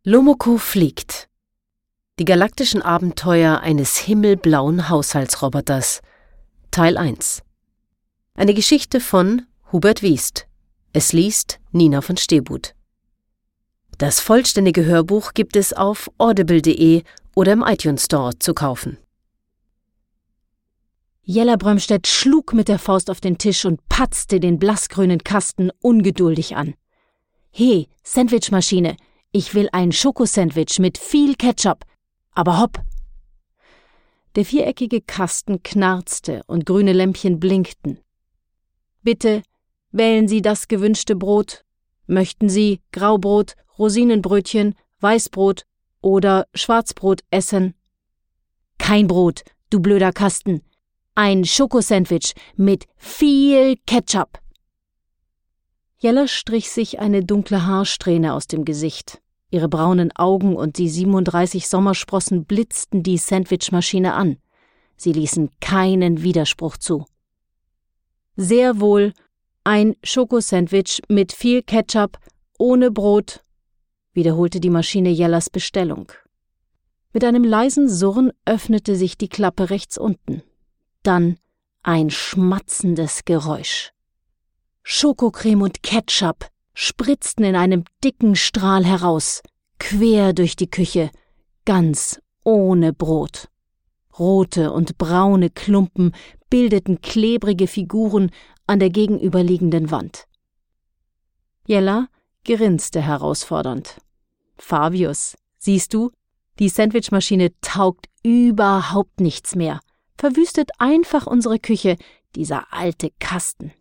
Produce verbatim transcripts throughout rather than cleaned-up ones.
Lomoko fliegt. Die galaktischen Abenteuer eines himmelblauen Haushaltsroboters. Teil eins. Eine Geschichte von Hubert Wiest. Es liest Nina von Stehbuth. Das vollständige Hörbuch gibt es auf audible punkt de oder im iTunes Store zu kaufen. Jella Brömstedt schlug mit der Faust auf den Tisch und patzte den blassgrünen Kasten ungeduldig an. »He, Sandwichmaschine, ich will ein Schokosandwich mit viel Ketchup, aber hopp!« Der viereckige Kasten knarzte und grüne Lämpchen blinkten. »Bitte, wählen Sie das gewünschte Brot. Möchten Sie Graubrot, Rosinenbrötchen, Weißbrot oder Schwarzbrot essen?« »Kein Brot, du blöder Kasten. Ein Schokosandwich mit viel Ketchup.« Jella strich sich eine dunkle Haarsträhne aus dem Gesicht. Ihre braunen Augen und die siebenunddreißig Sommersprossen blitzten die Sandwichmaschine an. Sie ließen keinen Widerspruch zu. »Sehr wohl, ein Schokosandwich mit viel Ketchup, ohne Brot«, wiederholte die Maschine Jellas Bestellung. Mit einem leisen Surren öffnete sich die Klappe rechts unten. Dann ein schmatzendes Geräusch. Schokocreme und Ketchup spritzten in einem dicken Strahl heraus, quer durch die Küche, ganz ohne Brot. Rote und braune Klumpen bildeten klebrige Figuren an der gegenüberliegenden Wand. Jella grinste herausfordernd. »Fabius, siehst du, die Sandwichmaschine taugt überhaupt nichts mehr. Verwüstet einfach unsere Küche, dieser alte Kasten.«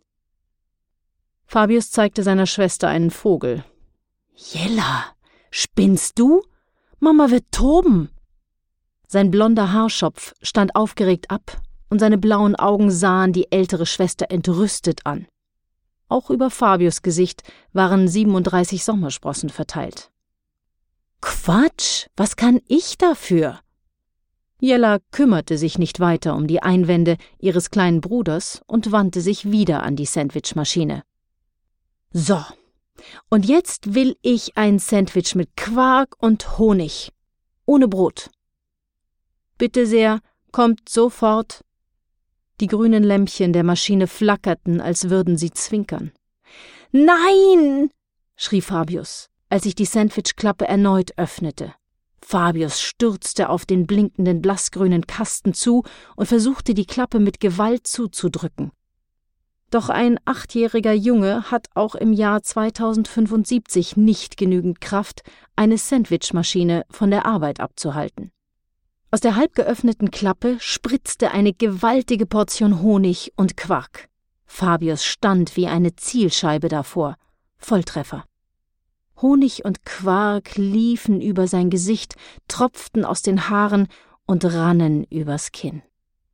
Fabius zeigte seiner Schwester einen Vogel. »Jella, spinnst du? Mama wird toben!« Sein blonder Haarschopf stand aufgeregt ab und seine blauen Augen sahen die ältere Schwester entrüstet an. Auch über Fabius' Gesicht waren siebenunddreißig Sommersprossen verteilt. »Quatsch, was kann ich dafür?« Jella kümmerte sich nicht weiter um die Einwände ihres kleinen Bruders und wandte sich wieder an die Sandwichmaschine. »So, und jetzt will ich ein Sandwich mit Quark und Honig, ohne Brot.« »Bitte sehr, kommt sofort.« Die grünen Lämpchen der Maschine flackerten, als würden sie zwinkern. »Nein!« schrie Fabius, als sich die Sandwichklappe erneut öffnete. Fabius stürzte auf den blinkenden blassgrünen Kasten zu und versuchte, die Klappe mit Gewalt zuzudrücken. Doch ein achtjähriger Junge hat auch im Jahr zweitausendfünfundsiebzig nicht genügend Kraft, eine Sandwichmaschine von der Arbeit abzuhalten. Aus der halb geöffneten Klappe spritzte eine gewaltige Portion Honig und Quark. Fabius stand wie eine Zielscheibe davor. Volltreffer. Honig und Quark liefen über sein Gesicht, tropften aus den Haaren und rannen übers Kinn.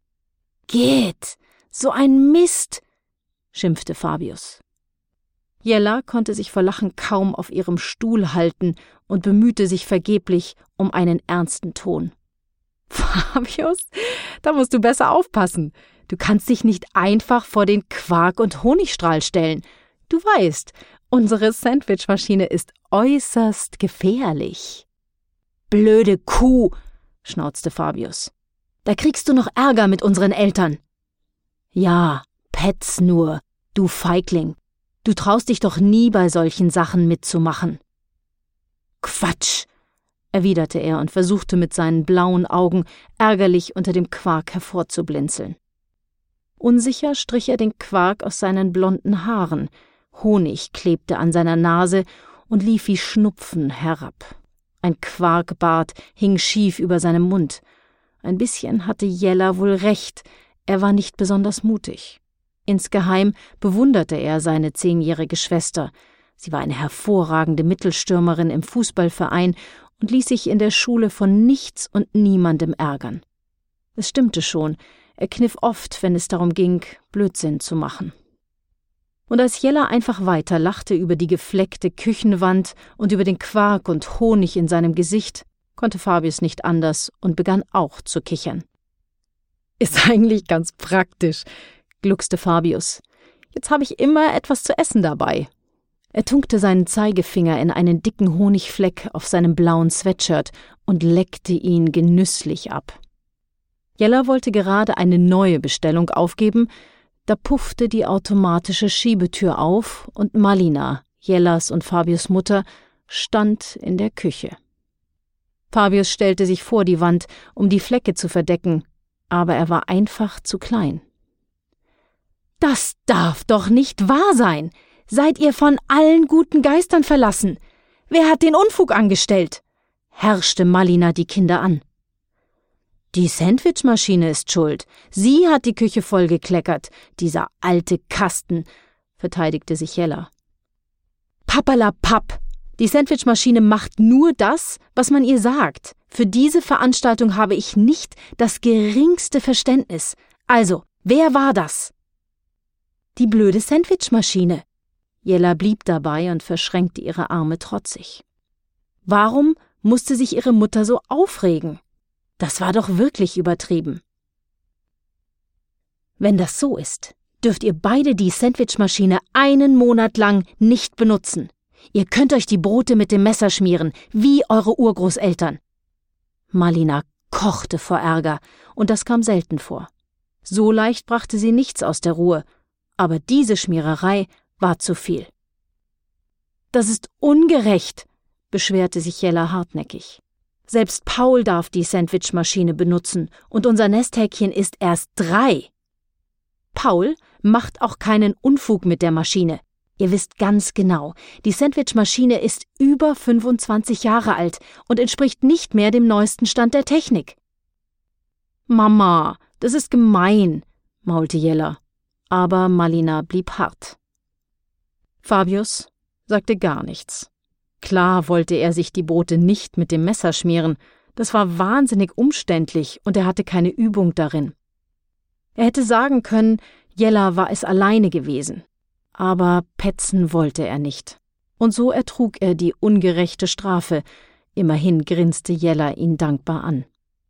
»Geht, so ein Mist«, schimpfte Fabius. Jella konnte sich vor Lachen kaum auf ihrem Stuhl halten und bemühte sich vergeblich um einen ernsten Ton. »Fabius, da musst du besser aufpassen. Du kannst dich nicht einfach vor den Quark- und Honigstrahl stellen. Du weißt, unsere Sandwichmaschine ist äußerst gefährlich.« »Blöde Kuh«, schnauzte Fabius. »Da kriegst du noch Ärger mit unseren Eltern.« »Ja, petz nur, du Feigling. Du traust dich doch nie bei solchen Sachen mitzumachen.« »Quatsch«, erwiderte er und versuchte mit seinen blauen Augen ärgerlich unter dem Quark hervorzublinzeln. Unsicher strich er den Quark aus seinen blonden Haaren. Honig klebte an seiner Nase und lief wie Schnupfen herab. Ein Quarkbart hing schief über seinem Mund. Ein bisschen hatte Jella wohl recht, er war nicht besonders mutig. Insgeheim bewunderte er seine zehnjährige Schwester. Sie war eine hervorragende Mittelstürmerin im Fußballverein und ließ sich in der Schule von nichts und niemandem ärgern. Es stimmte schon, er kniff oft, wenn es darum ging, Blödsinn zu machen. Und als Jella einfach weiterlachte über die gefleckte Küchenwand und über den Quark und Honig in seinem Gesicht, konnte Fabius nicht anders und begann auch zu kichern. »Ist eigentlich ganz praktisch«, gluckste Fabius. »Jetzt habe ich immer etwas zu essen dabei.« Er tunkte seinen Zeigefinger in einen dicken Honigfleck auf seinem blauen Sweatshirt und leckte ihn genüsslich ab. Jella wollte gerade eine neue Bestellung aufgeben, da puffte die automatische Schiebetür auf und Malina, Jellas und Fabius Mutter, stand in der Küche. Fabius stellte sich vor die Wand, um die Flecke zu verdecken, aber er war einfach zu klein. »Das darf doch nicht wahr sein! Seid ihr von allen guten Geistern verlassen? Wer hat den Unfug angestellt?« herrschte Malina die Kinder an. »Die Sandwichmaschine ist schuld. Sie hat die Küche vollgekleckert, dieser alte Kasten«, verteidigte sich Jella. »Papperlapapp! Die Sandwichmaschine macht nur das, was man ihr sagt. Für diese Veranstaltung habe ich nicht das geringste Verständnis. Also, wer war das?« »Die blöde Sandwichmaschine.« Jella blieb dabei und verschränkte ihre Arme trotzig. Warum musste sich ihre Mutter so aufregen? Das war doch wirklich übertrieben. »Wenn das so ist, dürft ihr beide die Sandwichmaschine einen Monat lang nicht benutzen. Ihr könnt euch die Brote mit dem Messer schmieren, wie eure Urgroßeltern.« Malina kochte vor Ärger, und das kam selten vor. So leicht brachte sie nichts aus der Ruhe, aber diese Schmiererei war zu viel. »Das ist ungerecht«, beschwerte sich Jella hartnäckig. »Selbst Paul darf die Sandwichmaschine benutzen, und unser Nesthäkchen ist erst drei. Paul macht auch keinen Unfug mit der Maschine. Ihr wisst ganz genau, die Sandwichmaschine ist über fünfundzwanzig Jahre alt und entspricht nicht mehr dem neuesten Stand der Technik.« »Mama, das ist gemein«, maulte Jella, aber Malina blieb hart. Fabius sagte gar nichts. Klar wollte er sich die Brote nicht mit dem Messer schmieren, das war wahnsinnig umständlich und er hatte keine Übung darin. Er hätte sagen können, Jella war es alleine gewesen. Aber petzen wollte er nicht. Und so ertrug er die ungerechte Strafe. Immerhin grinste Jella ihn dankbar an.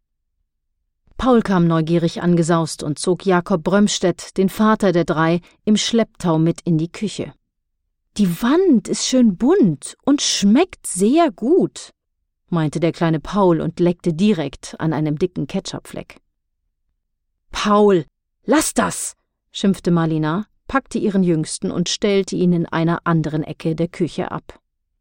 Paul kam neugierig angesaust und zog Jakob Brömstedt, den Vater der drei, im Schlepptau mit in die Küche. »Die Wand ist schön bunt und schmeckt sehr gut«, meinte der kleine Paul und leckte direkt an einem dicken Ketchupfleck. »Paul, lass das«, schimpfte Malina, packte ihren Jüngsten und stellte ihn in einer anderen Ecke der Küche ab.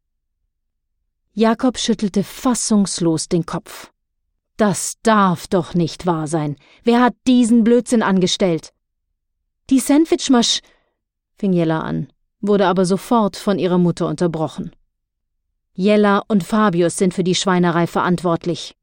Jakob schüttelte fassungslos den Kopf. »Das darf doch nicht wahr sein. Wer hat diesen Blödsinn angestellt?« »Die Sandwichmasch«, fing Jella an, wurde aber sofort von ihrer Mutter unterbrochen. »Jella und Fabius sind für die Schweinerei verantwortlich.«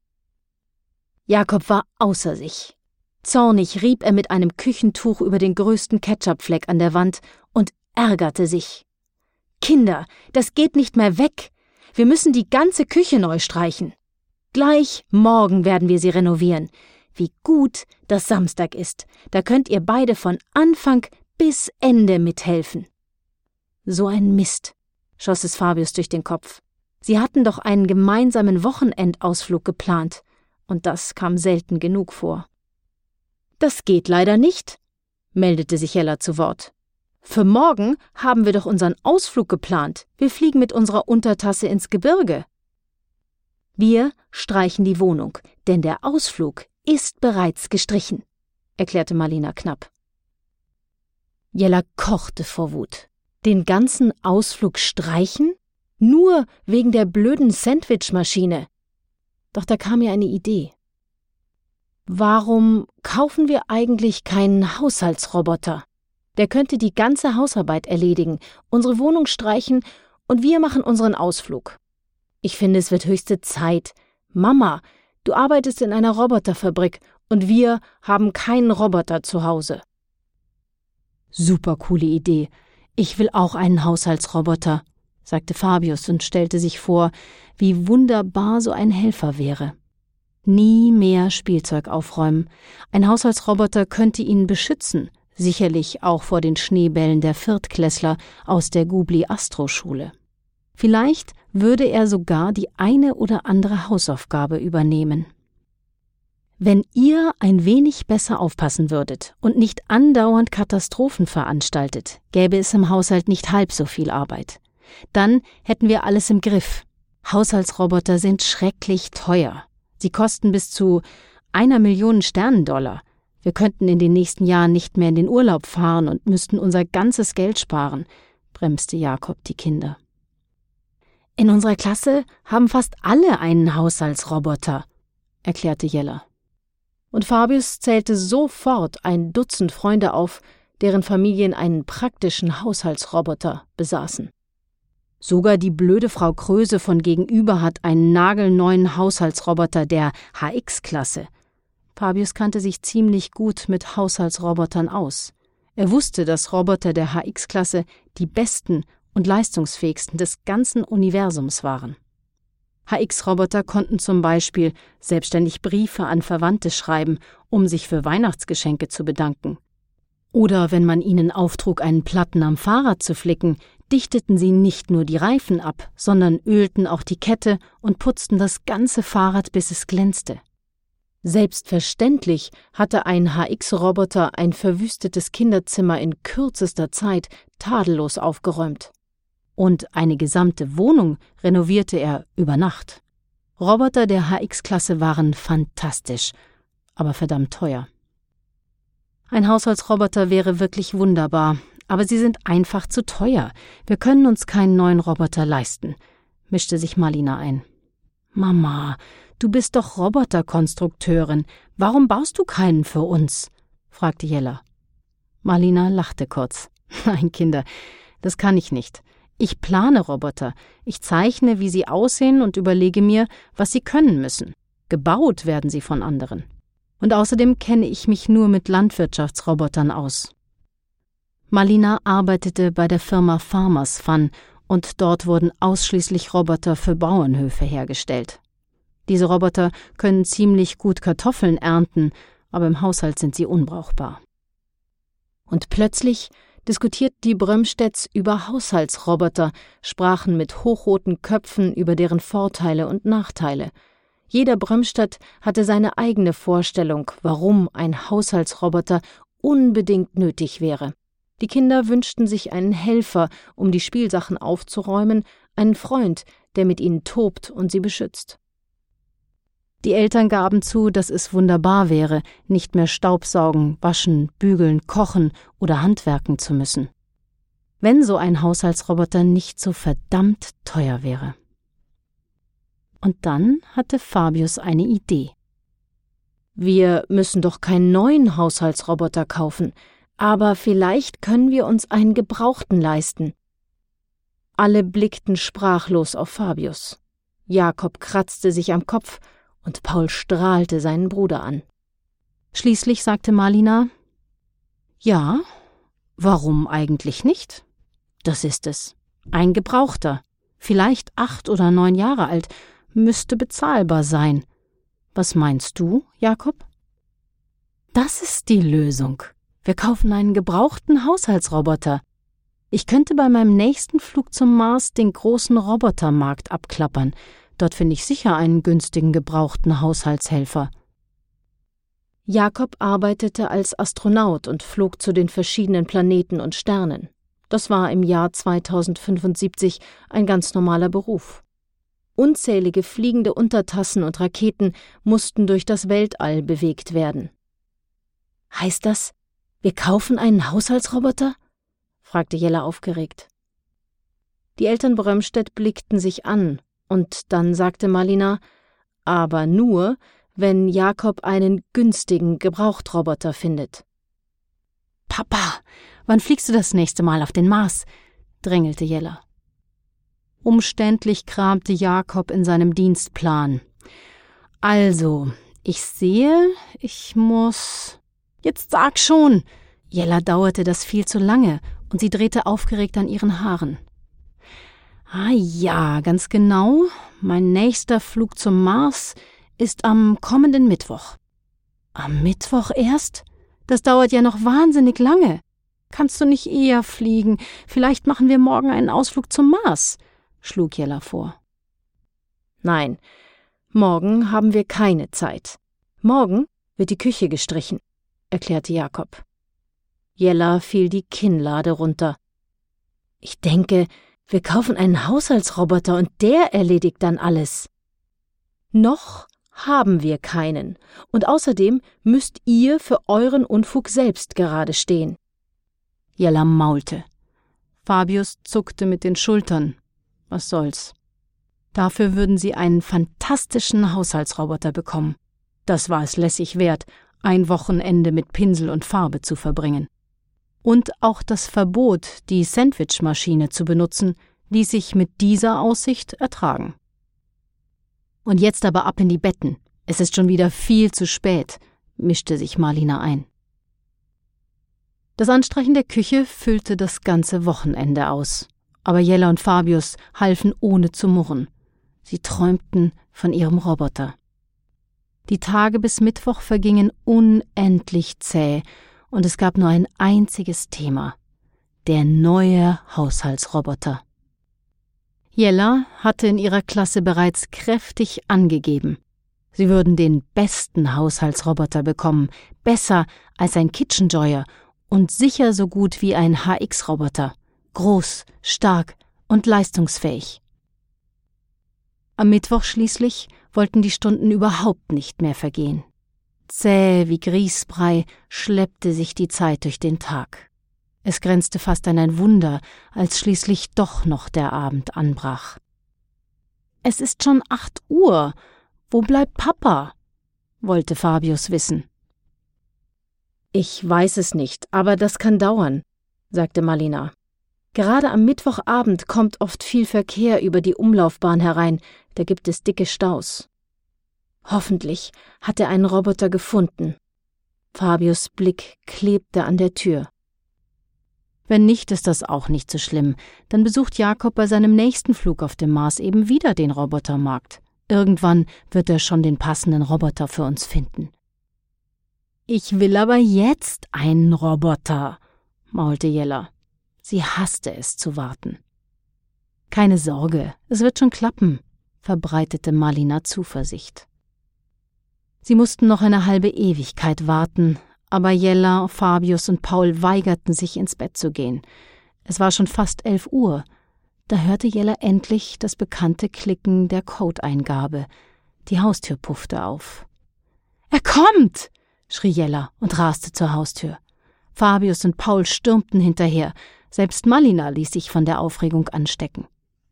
Jakob war außer sich. Zornig rieb er mit einem Küchentuch über den größten Ketchupfleck an der Wand und ärgerte sich. »Kinder, das geht nicht mehr weg. Wir müssen die ganze Küche neu streichen. Gleich morgen werden wir sie renovieren. Wie gut, dass Samstag ist. Da könnt ihr beide von Anfang bis Ende mithelfen.« So ein Mist, schoss es Fabius durch den Kopf. Sie hatten doch einen gemeinsamen Wochenendausflug geplant, und das kam selten genug vor. »Das geht leider nicht«, meldete sich Jella zu Wort. »Für morgen haben wir doch unseren Ausflug geplant. Wir fliegen mit unserer Untertasse ins Gebirge.« »Wir streichen die Wohnung, denn der Ausflug ist bereits gestrichen«, erklärte Malina knapp. Jella kochte vor Wut. Den ganzen Ausflug streichen? Nur wegen der blöden Sandwichmaschine. Doch da kam ihr eine Idee. »Warum kaufen wir eigentlich keinen Haushaltsroboter? Der könnte die ganze Hausarbeit erledigen, unsere Wohnung streichen und wir machen unseren Ausflug. Ich finde, es wird höchste Zeit. Mama, du arbeitest in einer Roboterfabrik und wir haben keinen Roboter zu Hause.« »Super coole Idee. Ich will auch einen Haushaltsroboter«, sagte Fabius und stellte sich vor, wie wunderbar so ein Helfer wäre. Nie mehr Spielzeug aufräumen. Ein Haushaltsroboter könnte ihn beschützen, sicherlich auch vor den Schneebällen der Viertklässler aus der Gubli-Astro-Schule. Vielleicht würde er sogar die eine oder andere Hausaufgabe übernehmen. Wenn ihr ein wenig besser aufpassen würdet und nicht andauernd Katastrophen veranstaltet, gäbe es im Haushalt nicht halb so viel Arbeit. Dann hätten wir alles im Griff. Haushaltsroboter sind schrecklich teuer. Sie kosten bis zu einer Million Sternendollar. Wir könnten in den nächsten Jahren nicht mehr in den Urlaub fahren und müssten unser ganzes Geld sparen, bremste Jakob die Kinder. In unserer Klasse haben fast alle einen Haushaltsroboter, erklärte Jella. Und Fabius zählte sofort ein Dutzend Freunde auf, deren Familien einen praktischen Haushaltsroboter besaßen. Sogar die blöde Frau Kröse von gegenüber hat einen nagelneuen Haushaltsroboter der H X-Klasse. Fabius kannte sich ziemlich gut mit Haushaltsrobotern aus. Er wusste, dass Roboter der H X-Klasse die besten und leistungsfähigsten des ganzen Universums waren. H X-Roboter konnten zum Beispiel selbstständig Briefe an Verwandte schreiben, um sich für Weihnachtsgeschenke zu bedanken. Oder wenn man ihnen auftrug, einen Platten am Fahrrad zu flicken, dichteten sie nicht nur die Reifen ab, sondern ölten auch die Kette und putzten das ganze Fahrrad, bis es glänzte. Selbstverständlich hatte ein H X-Roboter ein verwüstetes Kinderzimmer in kürzester Zeit tadellos aufgeräumt. Und eine gesamte Wohnung renovierte er über Nacht. Roboter der H X-Klasse waren fantastisch, aber verdammt teuer. Ein Haushaltsroboter wäre wirklich wunderbar, aber sie sind einfach zu teuer. Wir können uns keinen neuen Roboter leisten, mischte sich Malina ein. Mama, du bist doch Roboterkonstrukteurin. Warum baust du keinen für uns? Fragte Jella. Malina lachte kurz. Nein, Kinder, das kann ich nicht. Ich plane Roboter. Ich zeichne, wie sie aussehen und überlege mir, was sie können müssen. Gebaut werden sie von anderen. Und außerdem kenne ich mich nur mit Landwirtschaftsrobotern aus. Malina arbeitete bei der Firma Farmers Fun und dort wurden ausschließlich Roboter für Bauernhöfe hergestellt. Diese Roboter können ziemlich gut Kartoffeln ernten, aber im Haushalt sind sie unbrauchbar. Und plötzlich diskutierten die Brömstedts über Haushaltsroboter, sprachen mit hochroten Köpfen über deren Vorteile und Nachteile. Jeder Brömstedt hatte seine eigene Vorstellung, warum ein Haushaltsroboter unbedingt nötig wäre. Die Kinder wünschten sich einen Helfer, um die Spielsachen aufzuräumen, einen Freund, der mit ihnen tobt und sie beschützt. Die Eltern gaben zu, dass es wunderbar wäre, nicht mehr Staubsaugen, waschen, bügeln, kochen oder handwerken zu müssen. Wenn so ein Haushaltsroboter nicht so verdammt teuer wäre. Und dann hatte Fabius eine Idee. Wir müssen doch keinen neuen Haushaltsroboter kaufen, aber vielleicht können wir uns einen gebrauchten leisten. Alle blickten sprachlos auf Fabius. Jakob kratzte sich am Kopf und Paul strahlte seinen Bruder an. Schließlich sagte Malina: Ja, warum eigentlich nicht? Das ist es. Ein Gebrauchter, vielleicht acht oder neun Jahre alt, müsste bezahlbar sein. Was meinst du, Jakob? Das ist die Lösung. Wir kaufen einen gebrauchten Haushaltsroboter. Ich könnte bei meinem nächsten Flug zum Mars den großen Robotermarkt abklappern. Dort finde ich sicher einen günstigen gebrauchten Haushaltshelfer. Jakob arbeitete als Astronaut und flog zu den verschiedenen Planeten und Sternen. Das war im Jahr zweitausendfünfundsiebzig ein ganz normaler Beruf. Unzählige fliegende Untertassen und Raketen mussten durch das Weltall bewegt werden. »Heißt das, wir kaufen einen Haushaltsroboter?« fragte Jella aufgeregt. Die Eltern Brömstedt blickten sich an, und dann sagte Malina: »Aber nur, wenn Jakob einen günstigen Gebrauchtroboter findet.« »Papa, wann fliegst du das nächste Mal auf den Mars?« drängelte Jella. Umständlich kramte Jakob in seinem Dienstplan. »Also, ich sehe, ich muss...« »Jetzt sag schon!« Jella dauerte das viel zu lange, und sie drehte aufgeregt an ihren Haaren. »Ah ja, ganz genau. Mein nächster Flug zum Mars ist am kommenden Mittwoch.« »Am Mittwoch erst? Das dauert ja noch wahnsinnig lange. Kannst du nicht eher fliegen? Vielleicht machen wir morgen einen Ausflug zum Mars«, schlug Jella vor. »Nein, morgen haben wir keine Zeit. Morgen wird die Küche gestrichen«, erklärte Jakob. Jella fiel die Kinnlade runter. »Ich denke, Wir kaufen einen Haushaltsroboter und der erledigt dann alles. Noch haben wir keinen. Und außerdem müsst ihr für euren Unfug selbst gerade stehen. Jella maulte. Fabius zuckte mit den Schultern. Was soll's? Dafür würden sie einen fantastischen Haushaltsroboter bekommen. Das war es lässig wert, ein Wochenende mit Pinsel und Farbe zu verbringen. Und auch das Verbot, die Sandwichmaschine zu benutzen, ließ sich mit dieser Aussicht ertragen. »Und jetzt aber ab in die Betten. Es ist schon wieder viel zu spät«, mischte sich Marlina ein. Das Anstreichen der Küche füllte das ganze Wochenende aus. Aber Jella und Fabius halfen ohne zu murren. Sie träumten von ihrem Roboter. Die Tage bis Mittwoch vergingen unendlich zäh und es gab nur ein einziges Thema: der neue Haushaltsroboter. Jella hatte in ihrer Klasse bereits kräftig angegeben. Sie würden den besten Haushaltsroboter bekommen, besser als ein KitchenJoyer und sicher so gut wie ein H X-Roboter, groß, stark und leistungsfähig. Am Mittwoch schließlich wollten die Stunden überhaupt nicht mehr vergehen. Zäh wie Grießbrei schleppte sich die Zeit durch den Tag. Es grenzte fast an ein Wunder, als schließlich doch noch der Abend anbrach. »Es ist schon acht Uhr. Wo bleibt Papa?« wollte Fabius wissen. »Ich weiß es nicht, aber das kann dauern«, sagte Marlina. »Gerade am Mittwochabend kommt oft viel Verkehr über die Umlaufbahn herein, da gibt es dicke Staus. Hoffentlich hat er einen Roboter gefunden.« Fabius' Blick klebte an der Tür. Wenn nicht, ist das auch nicht so schlimm. Dann besucht Jakob bei seinem nächsten Flug auf dem Mars eben wieder den Robotermarkt. Irgendwann wird er schon den passenden Roboter für uns finden. »Ich will aber jetzt einen Roboter«, maulte Jella. Sie hasste es zu warten. »Keine Sorge, es wird schon klappen«, verbreitete Marlina Zuversicht. Sie mussten noch eine halbe Ewigkeit warten, aber Jella, Fabius und Paul weigerten sich, ins Bett zu gehen. Es war schon fast elf Uhr. Da hörte Jella endlich das bekannte Klicken der Codeingabe. Die Haustür puffte auf. »Er kommt!« schrie Jella und raste zur Haustür. Fabius und Paul stürmten hinterher. Selbst Marlina ließ sich von der Aufregung anstecken.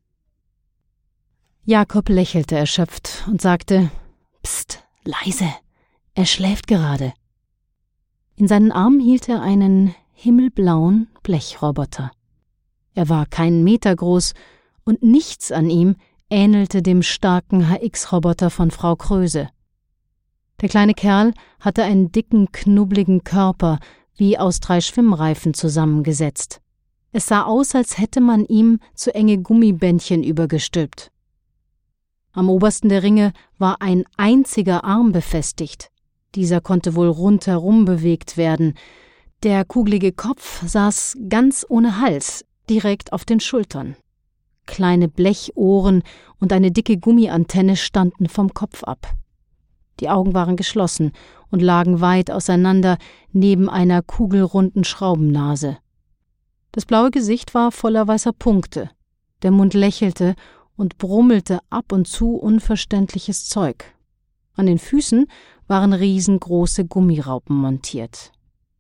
Jakob lächelte erschöpft und sagte: »Psst, leise, er schläft gerade.« In seinen Armen hielt er einen himmelblauen Blechroboter. Er war keinen Meter groß und nichts an ihm ähnelte dem starken H X-Roboter von Frau Kröse. Der kleine Kerl hatte einen dicken, knubbeligen Körper, wie aus drei Schwimmreifen zusammengesetzt. Es sah aus, als hätte man ihm zu enge Gummibändchen übergestülpt. Am obersten der Ringe war ein einziger Arm befestigt. Dieser konnte wohl rundherum bewegt werden. Der kugelige Kopf saß ganz ohne Hals, direkt auf den Schultern. Kleine Blechohren und eine dicke Gummiantenne standen vom Kopf ab. Die Augen waren geschlossen und lagen weit auseinander neben einer kugelrunden Schraubennase. Das blaue Gesicht war voller weißer Punkte. Der Mund lächelte und brummelte ab und zu unverständliches Zeug. An den Füßen waren riesengroße Gummiraupen montiert.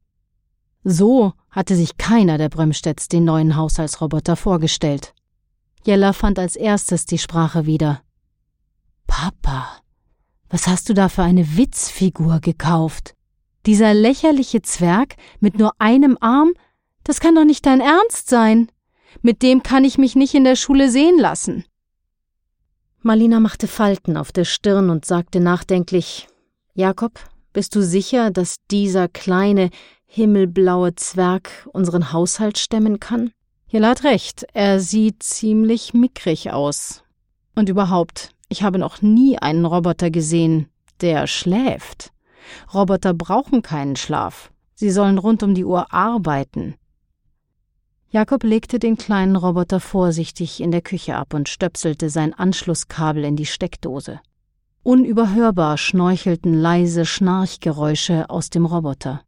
So hatte sich keiner der Brömstedts den neuen Haushaltsroboter vorgestellt. Jella fand als erstes die Sprache wieder. »Papa, was hast du da für eine Witzfigur gekauft? Dieser lächerliche Zwerg mit nur einem Arm? Das kann doch nicht dein Ernst sein. Mit dem kann ich mich nicht in der Schule sehen lassen.« Marlina machte Falten auf der Stirn und sagte nachdenklich: »Jakob, bist du sicher, dass dieser kleine, himmelblaue Zwerg unseren Haushalt stemmen kann?« Jella hat recht, er sieht ziemlich mickrig aus. Und überhaupt, ich habe noch nie einen Roboter gesehen, der schläft. Roboter brauchen keinen Schlaf. Sie sollen rund um die Uhr arbeiten. Jakob legte den kleinen Roboter vorsichtig in der Küche ab und stöpselte sein Anschlusskabel in die Steckdose. Unüberhörbar schnorchelten leise Schnarchgeräusche aus dem Roboter.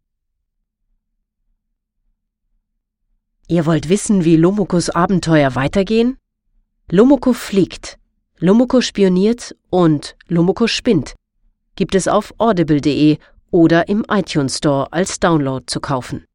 Ihr wollt wissen, wie Lomokos Abenteuer weitergehen? Lomoko fliegt, Lomoko spioniert und Lomoko spinnt gibt es auf audible punkt de oder im iTunes Store als Download zu kaufen.